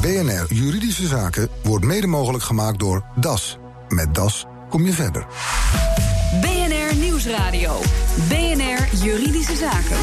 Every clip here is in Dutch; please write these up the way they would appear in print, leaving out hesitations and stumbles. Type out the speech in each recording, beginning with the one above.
BNR Juridische Zaken wordt mede mogelijk gemaakt door DAS. Met DAS kom je verder. BNR Nieuwsradio. BNR Juridische Zaken.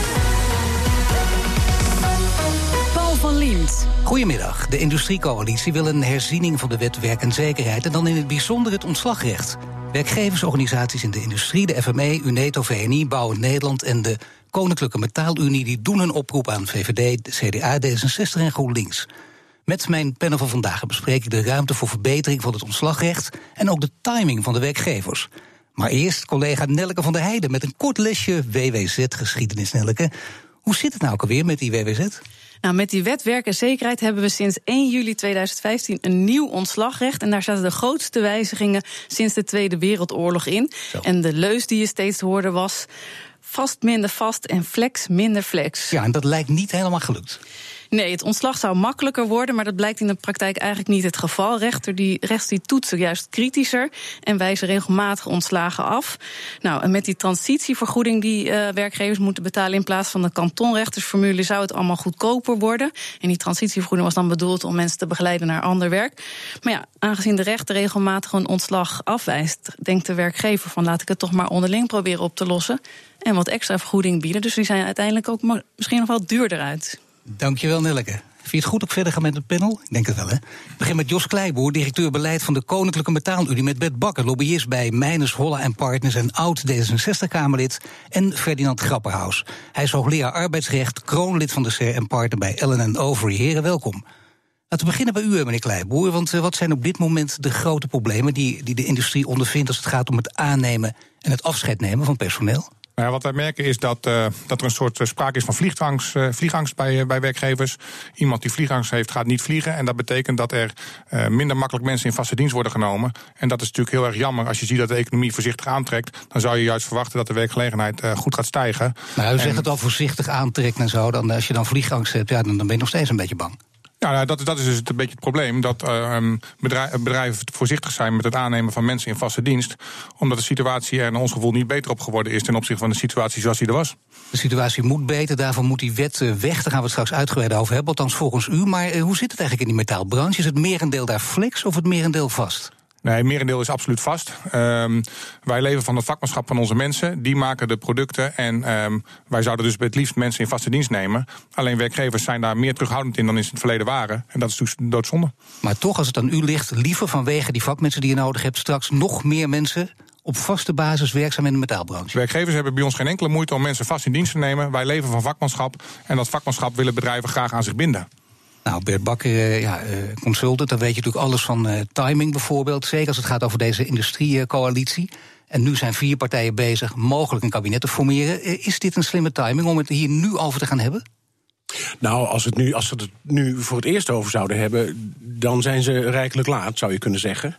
Paul van Liemt. Goedemiddag. De Industriecoalitie wil een herziening van de wet werk en zekerheid en dan in het bijzonder het ontslagrecht. Werkgeversorganisaties in de industrie, de FME, Uneto, VNI, Bouwend Nederland en de Koninklijke Metaalunie die doen een oproep aan VVD, CDA, D66 en GroenLinks. Met mijn panel van vandaag bespreek ik de ruimte voor verbetering van het ontslagrecht en ook de timing van de werkgevers. Maar eerst collega Nelleke van der Heijden met een kort lesje WWZ-geschiedenis. Nelleke, hoe zit het nou ook alweer met die WWZ? Nou, met die wet werk en zekerheid hebben we sinds 1 juli 2015 een nieuw ontslagrecht. En daar zaten de grootste wijzigingen sinds de Tweede Wereldoorlog in. Zo. En de leus die je steeds hoorde was vast minder vast en flex minder flex. Ja, en dat lijkt niet helemaal gelukt. Nee, het ontslag zou makkelijker worden, maar dat blijkt in de praktijk eigenlijk niet het geval. Rechters die toetsen juist kritischer en wijzen regelmatig ontslagen af. Nou, en met die transitievergoeding die werkgevers moeten betalen in plaats van de kantonrechtersformule zou het allemaal goedkoper worden. En die transitievergoeding was dan bedoeld om mensen te begeleiden naar ander werk. Maar ja, aangezien de rechter regelmatig een ontslag afwijst, denkt de werkgever van laat ik het toch maar onderling proberen op te lossen en wat extra vergoeding bieden. Dus die zijn uiteindelijk ook misschien nog wel duurder uit. Dankjewel, Nelleke. Vind je het goed op verder gaan met het panel? Ik denk het wel, hè? Ik begin met Jos Kleiboer, directeur beleid van de Koninklijke Metaalunie, met Bert Bakker, lobbyist bij Meijners, Holla en Partners en oud D66-Kamerlid, en Ferdinand Grapperhaus. Hij is hoogleraar arbeidsrecht, kroonlid van de SER en partner bij Allen & Overy. Heren, welkom. Laten we beginnen bij u, meneer Kleiboer, want wat zijn op dit moment de grote problemen die de industrie ondervindt als het gaat om het aannemen en het afscheid nemen van personeel? Nou, wat wij merken is dat er een soort sprake is van vliegangst bij werkgevers. Iemand die vliegangst heeft, gaat niet vliegen. En dat betekent dat er minder makkelijk mensen in vaste dienst worden genomen. En dat is natuurlijk heel erg jammer. Als je ziet dat de economie voorzichtig aantrekt, dan zou je juist verwachten dat de werkgelegenheid goed gaat stijgen. Nou, u zegt het al voorzichtig aantrekt en zo. Dan, als je dan vliegangst hebt, ja, dan ben je nog steeds een beetje bang. Ja, dat is dus een beetje het probleem. Dat bedrijven voorzichtig zijn met het aannemen van mensen in vaste dienst. Omdat de situatie er naar ons gevoel niet beter op geworden is ten opzichte van de situatie zoals die er was. De situatie moet beter, daarvoor moet die wet weg. Daar gaan we het straks uitgebreid over hebben, althans volgens u. Maar hoe zit het eigenlijk in die metaalbranche? Is het merendeel daar flex of het merendeel vast? Nee, het merendeel is absoluut vast. Wij leven van het vakmanschap van onze mensen. Die maken de producten en wij zouden dus het liefst mensen in vaste dienst nemen. Alleen werkgevers zijn daar meer terughoudend in dan in het verleden waren. En dat is natuurlijk doodzonde. Maar toch, als het aan u ligt, liever vanwege die vakmensen die je nodig hebt, straks nog meer mensen op vaste basis werkzaam in de metaalbranche. Werkgevers hebben bij ons geen enkele moeite om mensen vast in dienst te nemen. Wij leven van vakmanschap en dat vakmanschap willen bedrijven graag aan zich binden. Nou, Bert Bakker, consultant, dan weet je natuurlijk alles van timing bijvoorbeeld. Zeker als het gaat over deze industriecoalitie. En nu zijn 4 partijen bezig mogelijk een kabinet te formeren. Is dit een slimme timing om het hier nu over te gaan hebben? Nou, als ze het nu voor het eerst over zouden hebben, dan zijn ze rijkelijk laat, zou je kunnen zeggen.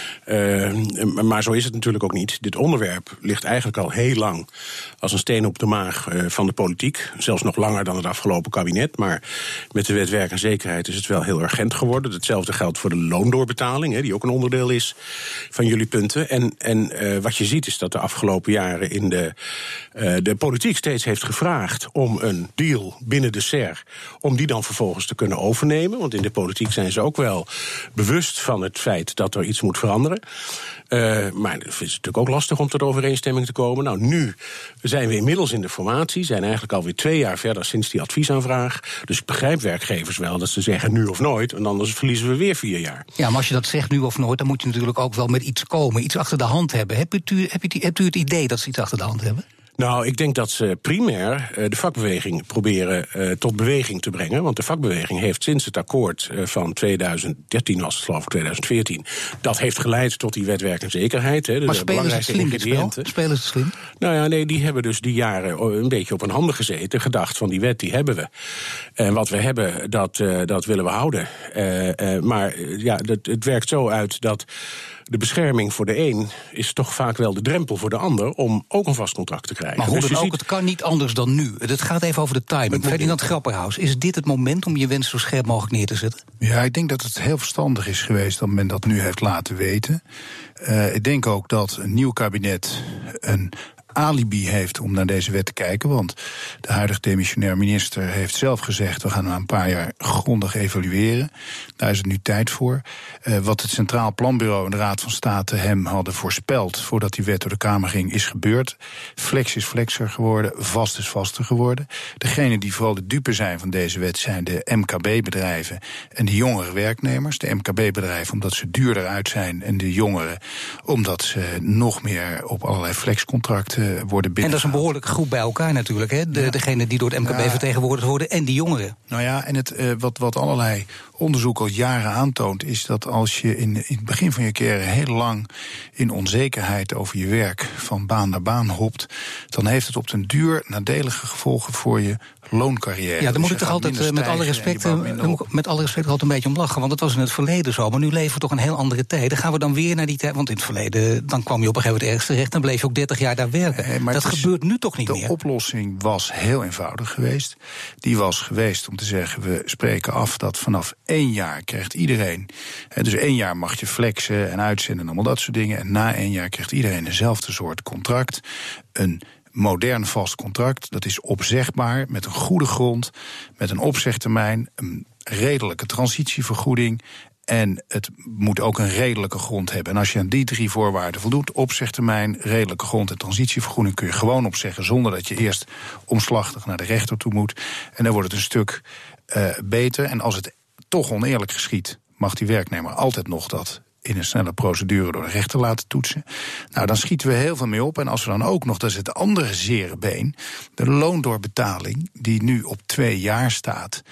Maar zo is het natuurlijk ook niet. Dit onderwerp ligt eigenlijk al heel lang als een steen op de maag van de politiek. Zelfs nog langer dan het afgelopen kabinet. Maar met de wet werk en zekerheid is het wel heel urgent geworden. Hetzelfde geldt voor de loondoorbetaling, die ook een onderdeel is van jullie punten. En wat je ziet is dat de afgelopen jaren in de politiek steeds heeft gevraagd om een deal binnen de SER, om die dan vervolgens te kunnen overnemen. Want in de politiek zijn ze ook wel bewust van het feit dat er iets moet veranderen. Maar het is natuurlijk ook lastig om tot overeenstemming te komen. Nou, nu zijn we inmiddels in de formatie, zijn eigenlijk alweer 2 jaar verder sinds die adviesaanvraag. Dus ik begrijp werkgevers wel dat ze zeggen nu of nooit, en anders verliezen we weer 4 jaar. Ja, maar als je dat zegt nu of nooit, dan moet je natuurlijk ook wel met iets komen, iets achter de hand hebben. Hebt u het idee dat ze iets achter de hand hebben? Nou, ik denk dat ze primair de vakbeweging proberen tot beweging te brengen. Want de vakbeweging heeft sinds het akkoord van 2013, was het geloof ik 2014... dat heeft geleid tot die wet werk en zekerheid. Maar spelen ze het slim, dit spel? Spelen ze het slim? Nou ja, nee, die hebben dus die jaren een beetje op hun handen gezeten. Gedacht van die wet, die hebben we. En wat we hebben, dat willen we houden. Maar ja, het werkt zo uit dat de bescherming voor de een is toch vaak wel de drempel voor de ander om ook een vast contract te krijgen. Maar hoe dan ook, het kan niet anders dan nu. Het gaat even over de timing. Ferdinand Grapperhaus, is dit het moment om je wens zo scherp mogelijk neer te zetten? Ja, ik denk dat het heel verstandig is geweest dat men dat nu heeft laten weten. Ik denk ook dat een nieuw kabinet een alibi heeft om naar deze wet te kijken. Want de huidige demissionair minister heeft zelf gezegd, we gaan na een paar jaar grondig evalueren. Daar is het nu tijd voor. Wat het Centraal Planbureau en de Raad van State hem hadden voorspeld voordat die wet door de Kamer ging, is gebeurd. Flex is flexer geworden, vast is vaster geworden. Degenen die vooral de dupe zijn van deze wet zijn de MKB-bedrijven en de jongere werknemers. De MKB-bedrijven omdat ze duurder uit zijn en de jongeren omdat ze nog meer op allerlei flexcontracten worden binnen. En dat is een behoorlijke groep bij elkaar natuurlijk, hè? Degenen die door het MKB vertegenwoordigd worden en die jongeren. Nou ja, en wat allerlei onderzoek al jaren aantoont, is dat als je in het begin van je carrière heel lang in onzekerheid over je werk van baan naar baan hopt, dan heeft het op den duur nadelige gevolgen voor je looncarrière. Ja, daar moet ik toch altijd met alle respect altijd een beetje om lachen. Want dat was in het verleden zo. Maar nu leven we toch een heel andere tijd. Dan gaan we dan weer naar die tijd. Want in het verleden dan kwam je op een gegeven moment ergens terecht. Dan bleef je ook 30 jaar daar werken. Maar dat gebeurt nu toch niet meer. De oplossing was heel eenvoudig geweest. Die was geweest om te zeggen, we spreken af dat vanaf 1 jaar krijgt iedereen. Dus 1 jaar mag je flexen en uitzenden en allemaal dat soort dingen. En na 1 jaar krijgt iedereen dezelfde soort contract. Een modern vast contract, dat is opzegbaar, met een goede grond, met een opzegtermijn, een redelijke transitievergoeding. En het moet ook een redelijke grond hebben. En als je aan die 3 voorwaarden voldoet, opzegtermijn, redelijke grond en transitievergoeding, kun je gewoon opzeggen zonder dat je eerst omslachtig naar de rechter toe moet. En dan wordt het een stuk beter. En als het toch oneerlijk geschiedt, mag die werknemer altijd nog dat in een snelle procedure door de rechter laten toetsen. Nou, dan schieten we heel veel mee op. En als we dan ook nog, dat is het andere zere been, de loondoorbetaling, die nu op 2 jaar staat.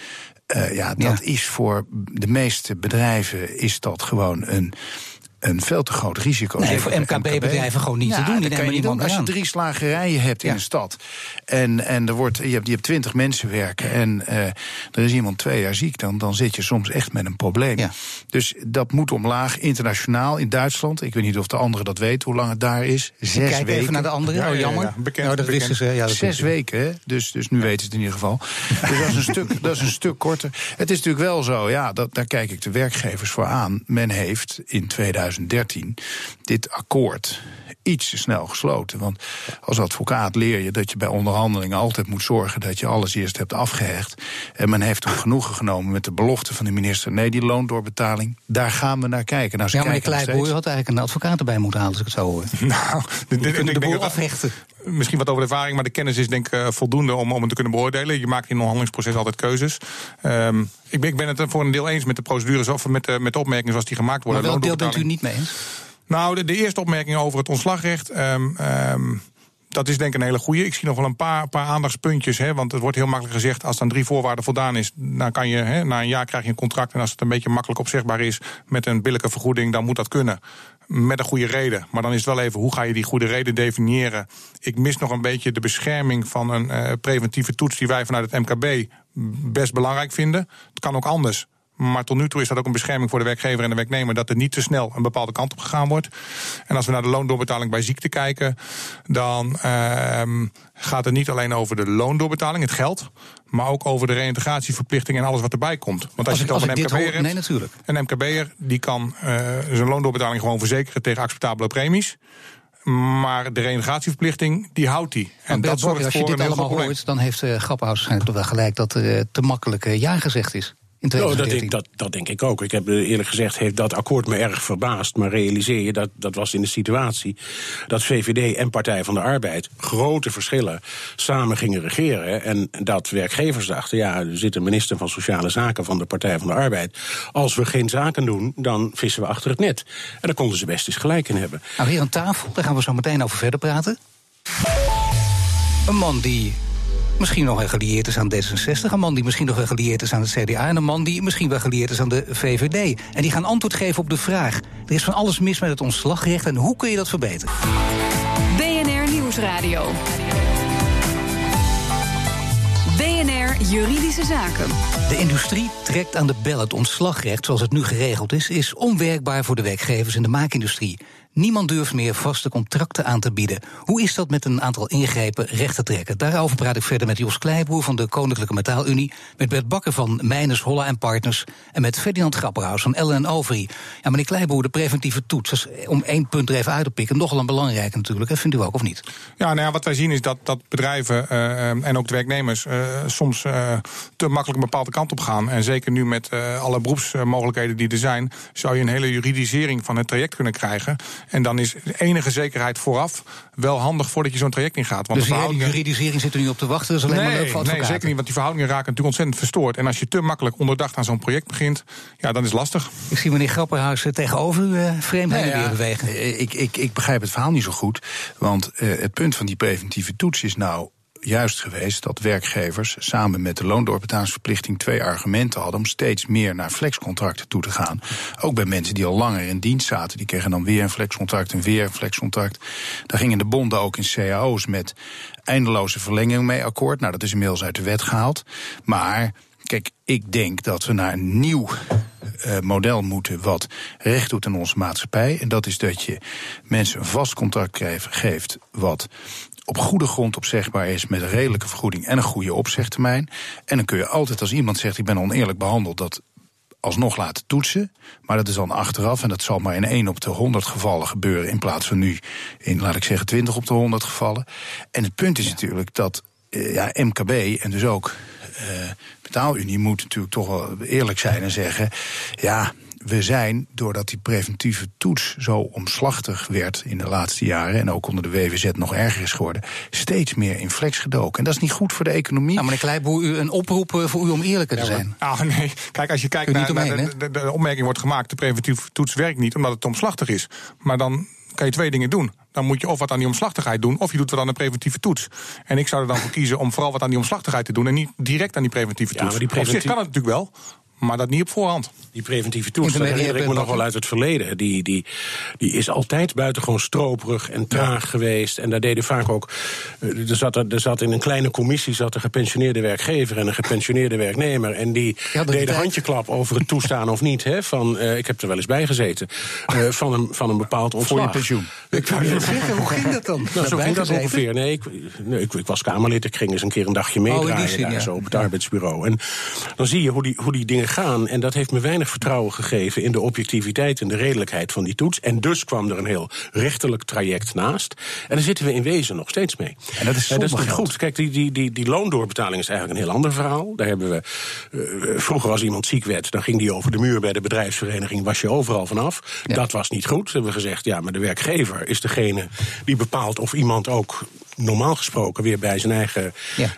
Dat is voor de meeste bedrijven is dat gewoon een veel te groot risico. Nee, voor MKB-bedrijven gewoon niet te doen. Dat kan je niet doen. Als je 3 slagerijen hebt in een stad en je hebt 20 mensen werken en er is iemand 2 jaar ziek, dan zit je soms echt met een probleem. Ja. Dus dat moet omlaag, internationaal, in Duitsland. Ik weet niet of de anderen dat weten, hoe lang het daar is. 6 weken. Kijk even naar de anderen. Jammer. Bekend. Dat wisten ze. Ja, dat 6 weken, hè? Dus nu weten ze het in ieder geval. Dus dat is een stuk korter. Het is natuurlijk wel zo, daar kijk ik de werkgevers voor aan. Men heeft in 2013 dit akkoord iets te snel gesloten. Want als advocaat leer je dat je bij onderhandelingen altijd moet zorgen dat je alles eerst hebt afgehecht. En men heeft toen genoegen genomen met de belofte van de minister. Nee, die loondoorbetaling, daar gaan we naar kijken. Nou, meneer Kleiboer had eigenlijk een advocaat erbij moeten halen, als ik het zo hoor. Nou, de boel afhechten. Misschien wat over de ervaring, maar de kennis is denk ik voldoende om het te kunnen beoordelen. Je maakt in een onderhandelingsproces altijd keuzes. Ik ben het voor een deel eens met de procedures of met de opmerkingen zoals die gemaakt worden. Maar welk deel bent u niet mee eens? Nou, de eerste opmerking over het ontslagrecht, dat is denk ik een hele goeie. Ik zie nog wel een paar aandachtspuntjes, want het wordt heel makkelijk gezegd, als dan 3 voorwaarden voldaan is, dan kan je, na een jaar krijg je een contract, en als het een beetje makkelijk opzegbaar is met een billijke vergoeding, dan moet dat kunnen. Met een goede reden. Maar dan is het wel even, hoe ga je die goede reden definiëren? Ik mis nog een beetje de bescherming van een preventieve toets die wij vanuit het MKB best belangrijk vinden. Het kan ook anders. Maar tot nu toe is dat ook een bescherming voor de werkgever en de werknemer, dat er niet te snel een bepaalde kant op gegaan wordt. En als we naar de loondoorbetaling bij ziekte kijken, dan gaat het niet alleen over de loondoorbetaling, het geld, maar ook over de reïntegratieverplichting en alles wat erbij komt. Want als je het over een MKB'er hebt, natuurlijk. Een MKB'er die kan zijn loondoorbetaling gewoon verzekeren tegen acceptabele premies. Maar de reïntegratieverplichting, die houdt hij. En dat zorgt als je dit allemaal hoort, dan heeft Grapperhaus waarschijnlijk toch wel gelijk dat er te makkelijk ja gezegd is. Dat denk ik ook. Ik heb eerlijk gezegd, heeft dat akkoord me erg verbaasd. Maar realiseer je, dat was in de situatie dat VVD en Partij van de Arbeid grote verschillen samen gingen regeren. En dat werkgevers dachten, er zit een minister van Sociale Zaken van de Partij van de Arbeid. Als we geen zaken doen, dan vissen we achter het net. En daar konden ze best eens gelijk in hebben. Nou, hier aan tafel, daar gaan we zo meteen over verder praten. Een man die misschien nog wel gelieerd is aan D66, een man die misschien nog wel gelieerd is aan het CDA en een man die misschien wel gelieerd is aan de VVD. En die gaan antwoord geven op de vraag: er is van alles mis met het ontslagrecht en hoe kun je dat verbeteren? BNR Nieuwsradio. BNR Juridische Zaken. De industrie trekt aan de bel. Het ontslagrecht, zoals het nu geregeld is onwerkbaar voor de werkgevers in de maakindustrie. Niemand durft meer vaste contracten aan te bieden. Hoe is dat met een aantal ingrepen recht te trekken? Daarover praat ik verder met Jos Kleiboer van de Koninklijke Metaalunie, met Bert Bakker van Mijners, Holla en Partners en met Ferdinand Grapperhaus van Ellen & Overy. Ja, meneer Kleiboer, de preventieve toets, dus om 1 punt er even uit te pikken, nogal een belangrijke natuurlijk, vindt u ook of niet? Ja, nou ja, wat wij zien is dat bedrijven en ook de werknemers soms te makkelijk een bepaalde kant op gaan. En zeker nu met alle beroepsmogelijkheden die er zijn, zou je een hele juridisering van het traject kunnen krijgen. En dan is enige zekerheid vooraf wel handig voordat je zo'n traject ingaat. Want dus die juridisering zit er nu op te wachten, dat is alleen maar leuk voor advocaten? Nee, zeker niet, want die verhoudingen raken natuurlijk ontzettend verstoord. En als je te makkelijk onderdacht aan zo'n project begint, ja, dan is het lastig. Ik zie meneer Grapperhaus tegenover u vreemd heen weer bewegen. Ik begrijp het verhaal niet zo goed, want het punt van die preventieve toets is nou juist geweest dat werkgevers samen met de loondoorbetalingsverplichting 2 argumenten hadden om steeds meer naar flexcontracten toe te gaan. Ook bij mensen die al langer in dienst zaten, die kregen dan weer een flexcontract en weer een flexcontract. Daar gingen de bonden ook in cao's met eindeloze verlenging mee akkoord. Nou, dat is inmiddels uit de wet gehaald. Maar kijk, ik denk dat we naar een nieuw model moeten wat recht doet aan onze maatschappij. En dat is dat je mensen een vast contract geeft wat op goede grond opzegbaar is met een redelijke vergoeding en een goede opzegtermijn. En dan kun je altijd, als iemand zegt ik ben oneerlijk behandeld, dat alsnog laten toetsen. Maar dat is dan achteraf en dat zal maar in 1 op de 100 gevallen gebeuren in plaats van nu in, laat ik zeggen, 20 op de 100 gevallen. En het punt is natuurlijk dat MKB en dus ook Betaalunie moet natuurlijk toch wel eerlijk zijn en zeggen, ja, we zijn, doordat die preventieve toets zo omslachtig werd in de laatste jaren, en ook onder de WWZ nog erger is geworden, steeds meer in flex gedoken. En dat is niet goed voor de economie. Nou, meneer Kleiboer, een oproep voor u om eerlijker te zijn. Nee, kijk, als je kijkt naar de opmerking wordt gemaakt, de preventieve toets werkt niet omdat het omslachtig is. Maar dan kan je 2 dingen doen. Dan moet je of wat aan die omslachtigheid doen, of je doet wat aan een preventieve toets. En ik zou er dan voor kiezen om vooral wat aan die omslachtigheid te doen en niet direct aan die preventieve toets. Maar Op zich kan het natuurlijk wel, maar dat niet op voorhand. Die preventieve toets, dat herinner ik me nog wel uit het verleden. Die is altijd buitengewoon stroperig en traag geweest. En daar deden vaak ook. Er zat in een kleine commissie een gepensioneerde werkgever en een gepensioneerde werknemer. En die deden handjeklap over het toestaan of niet. Ik heb er wel eens bij gezeten. Van een bepaald ontslag. Voor je pensioen. Ik wou je zeggen, hoe ging dat dan? Nou, zo ging dat ongeveer. Nee, ik was Kamerlid. Ik ging eens een keer een dagje meedraaien zo op het arbeidsbureau. En dan zie je hoe die dingen gaan. En dat heeft me weinig vertrouwen gegeven in de objectiviteit en de redelijkheid van die toets. En dus kwam er een heel rechterlijk traject naast. En daar zitten we in wezen nog steeds mee. En dat is niet goed. Kijk, die loondoorbetaling is eigenlijk een heel ander verhaal. Daar hebben we vroeger als iemand ziek werd, dan ging die over de muur bij de bedrijfsvereniging, was je overal vanaf. Ja. Dat was niet goed. Toen hebben we gezegd, ja, maar de werkgever is degene die bepaalt of iemand ook normaal gesproken weer bij zijn eigen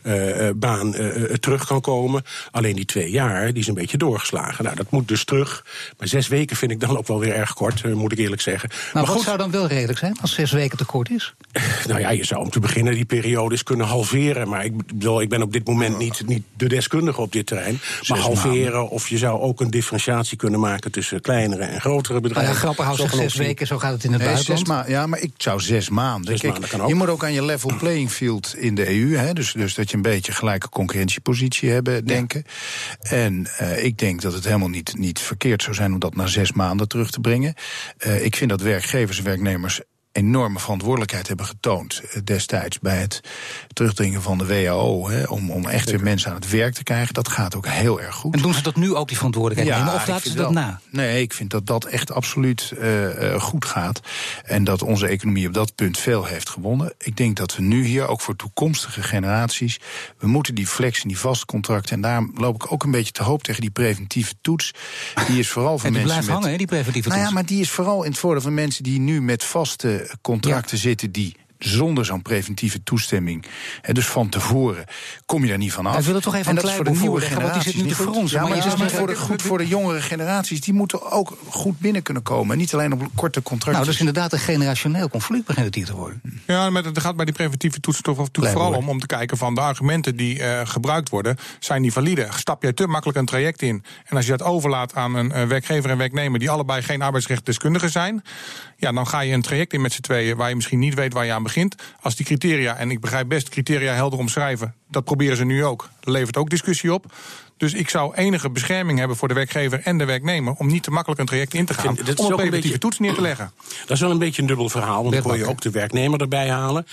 baan terug kan komen. Alleen die 2 jaar, die is een beetje doorgeslagen. Nou, dat moet dus terug. Maar 6 weken vind ik dan ook wel weer erg kort, moet ik eerlijk zeggen. Maar wat zou dan wel redelijk zijn als 6 weken te kort is? Nou ja, je zou om te beginnen die periodes kunnen halveren. Maar ik ben op dit moment niet de deskundige op dit terrein. Maar halveren, of je zou ook een differentiatie kunnen maken tussen kleinere en grotere bedrijven. Grapperhaus zegt 6 weken, zo gaat het in het buitenland. Ja, maar ik zou 6 maanden. 6 maanden kan ook. Je moet ook aan je level playing field in de EU, dus dat je een beetje gelijke concurrentiepositie hebben, denken. En ik denk dat het helemaal niet verkeerd zou zijn om dat naar 6 maanden terug te brengen. Ik vind dat werkgevers en werknemers enorme verantwoordelijkheid hebben getoond destijds bij het terugdringen van de WHO, om echt weer mensen aan het werk te krijgen. Dat gaat ook heel erg goed. En doen ze dat nu ook, die verantwoordelijkheid nemen, of laten ze dat na? Nee, ik vind dat dat echt absoluut goed gaat. En dat onze economie op dat punt veel heeft gewonnen. Ik denk dat we nu hier, ook voor toekomstige generaties, we moeten die flex en die vastcontracten, en daar loop ik ook een beetje te hoop tegen die preventieve toets. Die is vooral voor mensen blijft hangen, die preventieve toets. Nou ja, maar die is vooral in het voordeel van mensen die nu met vaste contracten zitten, die zonder zo'n preventieve toestemming, dus van tevoren, kom je daar niet van af. Hij wil het toch even en dat is voor de nieuwe generaties, want die zit nu te fronsen. Ja, maar het is niet goed voor de jongere generaties. Die moeten ook goed binnen kunnen komen. En niet alleen op korte contracten. Nou, dus inderdaad een generationeel conflict begint het hier te worden. Ja, maar het gaat bij die preventieve toets toch natuurlijk vooral om te kijken van de argumenten die gebruikt worden, zijn die valide? Stap jij te makkelijk een traject in? En als je dat overlaat aan een werkgever en werknemer die allebei geen arbeidsrechtdeskundigen zijn, ja, dan ga je een traject in met z'n tweeën waar je misschien niet weet waar je aan begint. Als die criteria, en ik begrijp best criteria helder omschrijven, dat proberen ze nu ook. Dat levert ook discussie op. Dus ik zou enige bescherming hebben voor de werkgever en de werknemer om niet te makkelijk een traject in te gaan, om een preventieve toets neer te leggen. Dat is wel een beetje een dubbel verhaal, want dan kon je ook de werknemer erbij halen.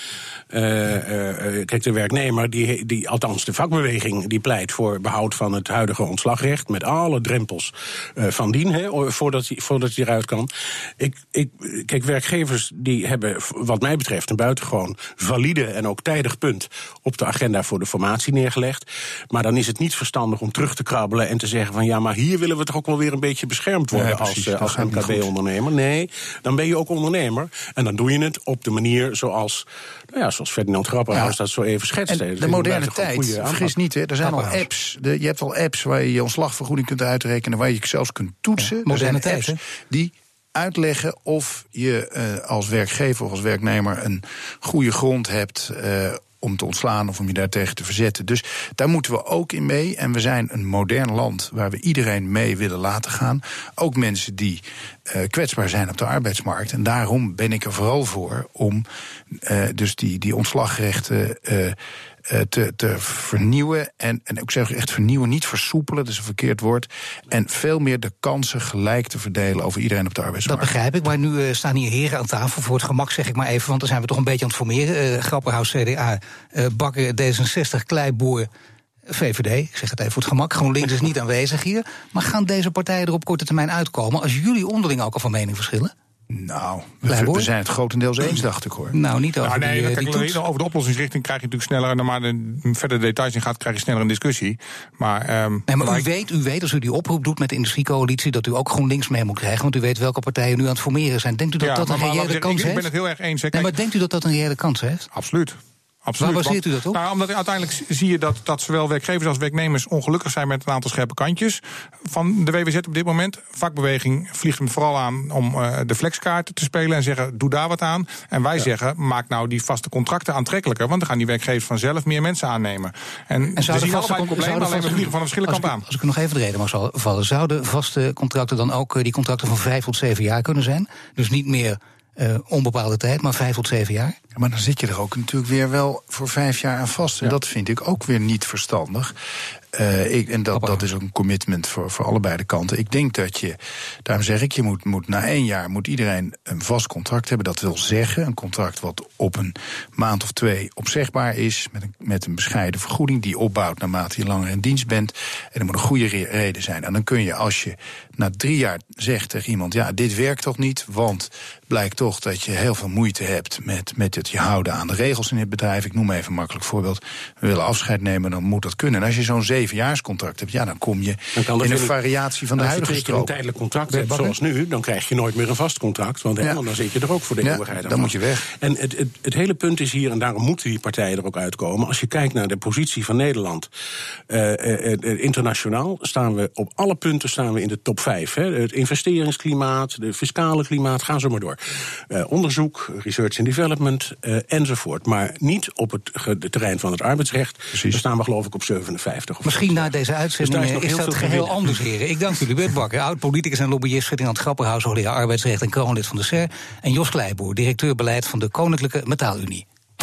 Kijk, de werknemer, die althans de vakbeweging, die pleit voor behoud van het huidige ontslagrecht met alle drempels van dien, voordat hij eruit kan. Kijk, werkgevers die hebben wat mij betreft een buitengewoon valide en ook tijdig punt op de agenda voor de formatie neergelegd. Maar dan is het niet verstandig om terug te krabbelen en te zeggen van ja, maar hier willen we toch ook wel weer een beetje beschermd worden als MKB-ondernemer. Nee, dan ben je ook ondernemer. En dan doe je het op de manier zoals Ferdinand Grapperhaus dat zo even schetste. En de moderne tijd, vergis niet, er zijn al apps. Je hebt al apps waar je ontslagvergoeding kunt uitrekenen, waar je zelfs kunt toetsen. Moderne tijd, apps die uitleggen of je als werkgever of als werknemer een goede grond hebt om te ontslaan of om je daartegen te verzetten. Dus daar moeten we ook in mee. En we zijn een modern land waar we iedereen mee willen laten gaan. Ook mensen die kwetsbaar zijn op de arbeidsmarkt. En daarom ben ik er vooral voor om dus die ontslagrechten te vernieuwen. En ik zeg echt vernieuwen, niet versoepelen, dat is een verkeerd woord. En veel meer de kansen gelijk te verdelen over iedereen op de arbeidsmarkt. Dat begrijp ik, maar nu staan hier heren aan tafel. Voor het gemak zeg ik maar even, want dan zijn we toch een beetje aan het formeren. Grapperhaus, CDA, Bakker, D66, Kleiboer, VVD, ik zeg het even voor het gemak. GroenLinks is niet aanwezig hier. Maar gaan deze partijen er op korte termijn uitkomen als jullie onderling ook al van mening verschillen? Nou, we zijn het grotendeels eens, dacht ik, hoor. Nou, niet over over de oplossingsrichting krijg je natuurlijk sneller, naarmate verder details in gaat, krijg je sneller een discussie. Maar u weet, als u die oproep doet met de industriecoalitie, dat u ook GroenLinks mee moet krijgen, want u weet welke partijen nu aan het formeren zijn. Denkt u dat een reële kans heeft? Ik ben het heel erg eens. Maar denkt u dat een reële kans heeft? Absoluut. Waar baseert u dat op? Nou, omdat uiteindelijk zie je dat zowel werkgevers als werknemers ongelukkig zijn met een aantal scherpe kantjes van de WWZ op dit moment. Vakbeweging vliegt hem vooral aan om de flexkaarten te spelen en zeggen, doe daar wat aan. En wij zeggen, maak nou die vaste contracten aantrekkelijker, want dan gaan die werkgevers vanzelf meer mensen aannemen. En we zien allebei het probleem, alleen we vliegen van een verschillende kant aan. Als ik nog even de reden mag vallen, zouden vaste contracten dan ook die contracten van 5 tot 7 jaar kunnen zijn? Dus niet meer onbepaalde tijd, maar 5 tot 7 jaar? Ja, maar dan zit je er ook natuurlijk weer wel voor 5 jaar aan vast. En dat vind ik ook weer niet verstandig. Dat is ook een commitment voor allebei de kanten. Ik denk dat daarom zeg ik, je moet na 1 jaar moet iedereen een vast contract hebben. Dat wil zeggen, een contract wat op een maand of 2 opzegbaar is, met een bescheiden vergoeding die opbouwt naarmate je langer in dienst bent. En er moet een goede reden zijn. En dan kun je, als je na 3 jaar zegt tegen iemand, ja, dit werkt toch niet, want blijkt toch dat je heel veel moeite hebt met het je houden aan de regels in het bedrijf. Ik noem even een makkelijk voorbeeld. We willen afscheid nemen, dan moet dat kunnen. En als je zo'n 7-jaarscontract hebt, ja, dan kom je in een variatie van de huidige strook. Als je een tijdelijk contract hebt, zoals nu, dan krijg je nooit meer een vast contract. Want dan zit je er ook voor de eeuwigheid aan. Dan moet je weg. En het hele punt is hier, en daarom moeten die partijen er ook uitkomen. Als je kijkt naar de positie van Nederland, internationaal staan we op alle punten in de top 5. Hè. Het investeringsklimaat, de fiscale klimaat, gaan zo maar door. Onderzoek, research and development, enzovoort. Maar niet op het terrein van het arbeidsrecht. Precies. Daar staan we geloof ik op 57. Misschien na deze uitzending is dat geheel anders, heren. Ik dank jullie, Bert Bakker, oud-politicus en lobbyist, Ferdinand Grapperhaus, hoogleraar arbeidsrecht en kroonlid van de SER, en Jos Kleiboer, directeur beleid van de Koninklijke Metaalunie.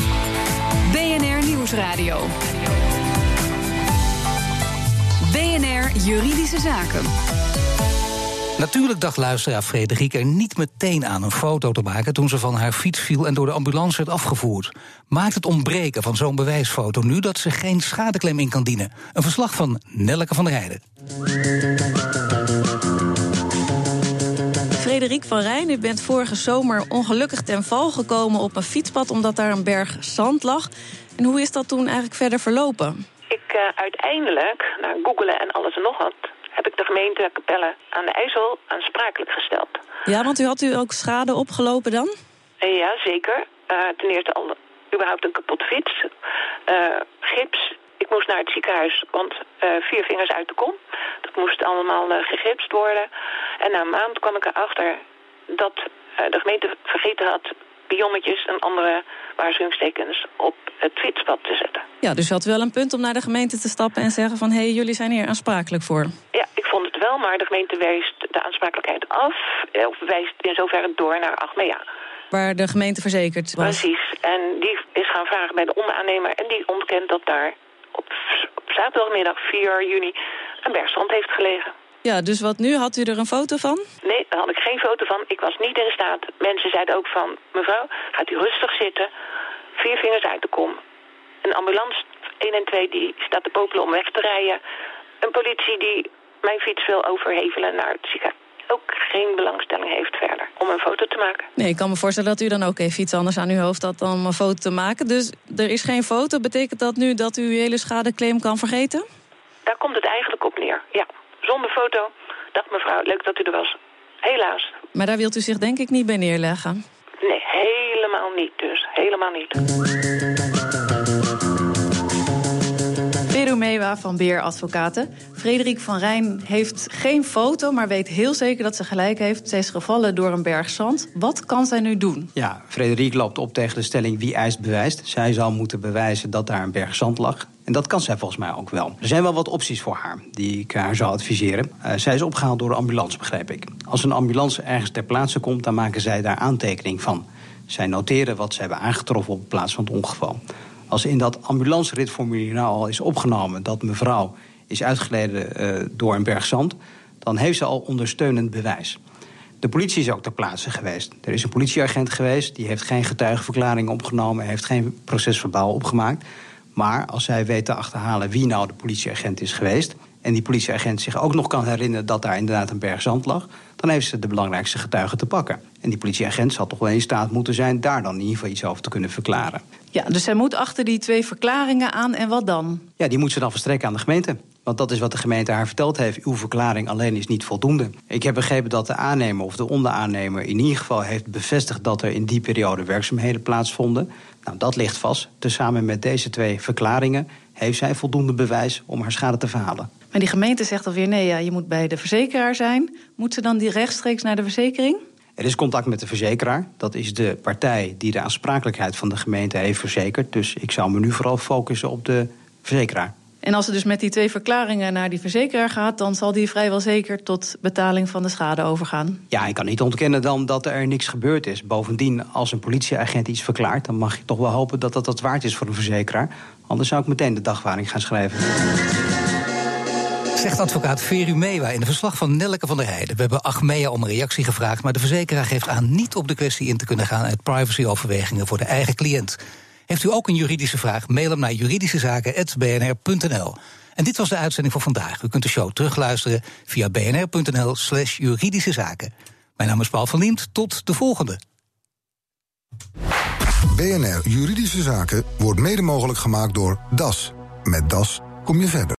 BNR Nieuwsradio. BNR Juridische Zaken. Natuurlijk dacht luisteraar Frederik er niet meteen aan een foto te maken toen ze van haar fiets viel en door de ambulance werd afgevoerd. Maakt het ontbreken van zo'n bewijsfoto nu dat ze geen schadeclaim in kan dienen? Een verslag van Nelleke van der Heijden. Frederik van Rijn, u bent vorige zomer ongelukkig ten val gekomen op een fietspad omdat daar een berg zand lag. En hoe is dat toen eigenlijk verder verlopen? Uiteindelijk, na googelen en alles en nog wat, heb ik de gemeente Capelle aan de IJssel aansprakelijk gesteld. Ja, want had u ook schade opgelopen dan? Ja, zeker. Ten eerste al überhaupt een kapot fiets. Gips. Ik moest naar het ziekenhuis, want 4 vingers uit de kom. Dat moest allemaal gegipst worden. En na een maand kwam ik erachter dat de gemeente vergeten had pionnetjes en andere waarschuwingstekens op het fietspad te zetten. Ja, dus u had wel een punt om naar de gemeente te stappen en zeggen van, hé, jullie zijn hier aansprakelijk voor. Ja, ik vond het wel, maar de gemeente wijst de aansprakelijkheid af, of wijst in zoverre door naar Achmea. Waar de gemeente verzekerd was. Precies, en die is gaan vragen bij de onderaannemer en die ontkent dat daar op zaterdagmiddag 4 juni een berg zand heeft gelegen. Ja, dus wat nu? Had u er een foto van? Nee, daar had ik geen foto van. Ik was niet in staat. Mensen zeiden ook van, mevrouw, gaat u rustig zitten. 4 vingers uit de kom. Een ambulance 1 en 2 die staat te popelen om weg te rijden. Een politie die mijn fiets wil overhevelen naar het ziekenhuis. Ook geen belangstelling heeft verder om een foto te maken. Nee, ik kan me voorstellen dat u dan ook even iets anders aan uw hoofd had dan om een foto te maken. Dus er is geen foto. Betekent dat nu dat u uw hele schadeclaim kan vergeten? Daar komt het eigenlijk op neer, ja. Zonder foto. Dag mevrouw, leuk dat u er was. Helaas. Maar daar wilt u zich denk ik niet bij neerleggen? Nee, helemaal niet dus. Helemaal niet. Veru Mewa van Beer Advocaten. Frederik van Rijn heeft geen foto, maar weet heel zeker dat ze gelijk heeft. Zij is gevallen door een berg zand. Wat kan zij nu doen? Ja, Frederik loopt op tegen de stelling wie eist bewijst. Zij zal moeten bewijzen dat daar een berg zand lag. En dat kan zij volgens mij ook wel. Er zijn wel wat opties voor haar die ik haar zou adviseren. Zij is opgehaald door de ambulance, begrijp ik. Als een ambulance ergens ter plaatse komt, dan maken zij daar aantekening van. Zij noteren wat ze hebben aangetroffen op de plaats van het ongeval. Als in dat ambulanceritformulier nou al is opgenomen dat mevrouw is uitgeleden door een berg zand, dan heeft ze al ondersteunend bewijs. De politie is ook ter plaatse geweest. Er is een politieagent geweest, die heeft geen getuigenverklaring opgenomen, heeft geen procesverbaal opgemaakt. Maar als zij weet te achterhalen wie nou de politieagent is geweest, en die politieagent zich ook nog kan herinneren dat daar inderdaad een berg zand lag, dan heeft ze de belangrijkste getuigen te pakken. En die politieagent zal toch wel in staat moeten zijn daar dan in ieder geval iets over te kunnen verklaren. Ja, dus zij moet achter die 2 verklaringen aan en wat dan? Ja, die moet ze dan verstrekken aan de gemeente. Want dat is wat de gemeente haar verteld heeft. Uw verklaring alleen is niet voldoende. Ik heb begrepen dat de aannemer of de onderaannemer in ieder geval heeft bevestigd dat er in die periode werkzaamheden plaatsvonden. Nou, dat ligt vast. Dus samen met deze 2 verklaringen heeft zij voldoende bewijs om haar schade te verhalen. Maar die gemeente zegt alweer nee, ja, je moet bij de verzekeraar zijn. Moet ze dan die rechtstreeks naar de verzekering? Er is contact met de verzekeraar. Dat is de partij die de aansprakelijkheid van de gemeente heeft verzekerd. Dus ik zou me nu vooral focussen op de verzekeraar. En als ze dus met die 2 verklaringen naar die verzekeraar gaat, dan zal die vrijwel zeker tot betaling van de schade overgaan. Ja, ik kan niet ontkennen dan dat er niks gebeurd is. Bovendien, als een politieagent iets verklaart, dan mag je toch wel hopen dat dat waard is voor een verzekeraar. Anders zou ik meteen de dagvaarding gaan schrijven. Zegt advocaat Veru Mewa in een verslag van Nelleke van der Heijden. We hebben Achmea om een reactie gevraagd, maar de verzekeraar geeft aan niet op de kwestie in te kunnen gaan uit privacyoverwegingen voor de eigen cliënt. Heeft u ook een juridische vraag? Mail hem naar juridischezaken@bnr.nl. En dit was de uitzending voor vandaag. U kunt de show terugluisteren via bnr.nl/juridische zaken. Mijn naam is Paul van Liemt. Tot de volgende. BNR Juridische Zaken wordt mede mogelijk gemaakt door DAS. Met DAS kom je verder.